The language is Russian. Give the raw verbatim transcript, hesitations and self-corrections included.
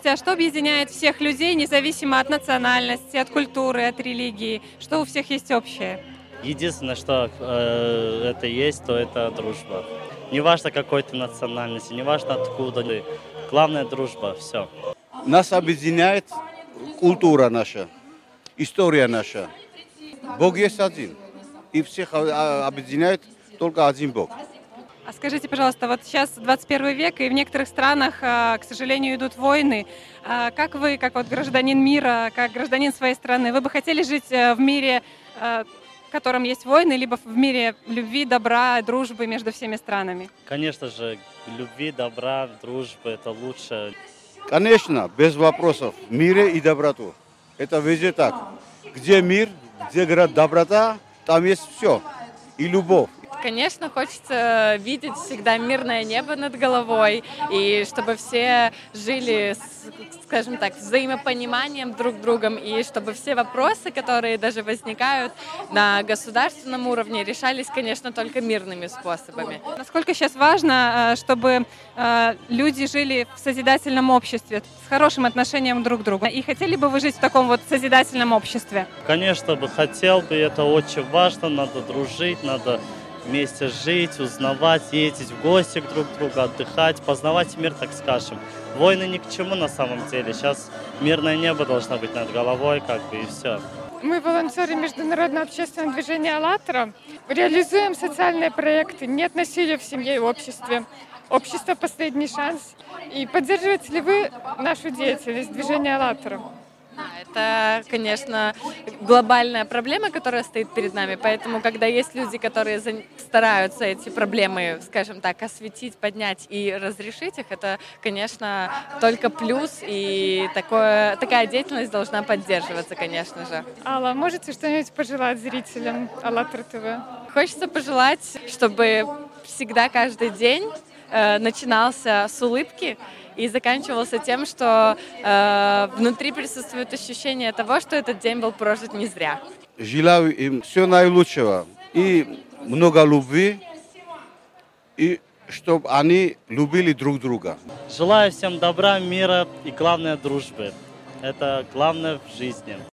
Скажите, а что объединяет всех людей, независимо от национальности, от культуры, от религии? Что у всех есть общее? Единственное, что э, это есть, то это дружба. Не важно какой ты национальности, не важно откуда ты. Главное дружба, все. Нас объединяет культура наша, история наша. Бог есть один. И всех а, объединяет только один Бог. А скажите, пожалуйста, вот сейчас двадцать первый век, и в некоторых странах, а, к сожалению, идут войны. А как вы, как вот гражданин мира, как гражданин своей страны, вы бы хотели жить э, в мире, э, в котором есть войны, либо в мире любви, добра, дружбы между всеми странами? Конечно же, любви, добра, дружбы это лучше. Конечно, без вопросов. В мире и доброту. Это везде так. Где мир, где доброта, там есть все. И любовь. Конечно, хочется видеть всегда мирное небо над головой, и чтобы все жили, с, скажем так, взаимопониманием друг с другом, и чтобы все вопросы, которые даже возникают на государственном уровне, решались, конечно, только мирными способами. Насколько сейчас важно, э, чтобы э, люди жили в созидательном обществе, с хорошим отношением друг к другу? И хотели бы вы жить в таком вот созидательном обществе? Конечно бы хотел бы, это очень важно, надо дружить, надо вместе жить, узнавать, ездить в гости к друг другу, отдыхать, познавать мир, так скажем. Войны ни к чему на самом деле. Сейчас мирное небо должно быть над головой, как бы, и все. Мы волонтеры Международного общественного движения «АЛЛАТРА». Реализуем социальные проекты «Нет насилия в семье и обществе», «Общество. Последний шанс». И поддерживаете ли вы нашу деятельность движения «АЛЛАТРА»? Это, конечно, глобальная проблема, которая стоит перед нами, поэтому, когда есть люди, которые стараются эти проблемы, скажем так, осветить, поднять и разрешить их, это, конечно, только плюс, и такое, такая деятельность должна поддерживаться, конечно же. Алла, можете что-нибудь пожелать зрителям АЛЛАТРА ТВ? Хочется пожелать, чтобы всегда, каждый день э, начинался с улыбки, и заканчивался тем, что э, внутри присутствует ощущение того, что этот день был прожит не зря. Желаю им все наилучшего и много любви, и чтобы они любили друг друга. Желаю всем добра, мира и, главное, дружбы. Это главное в жизни.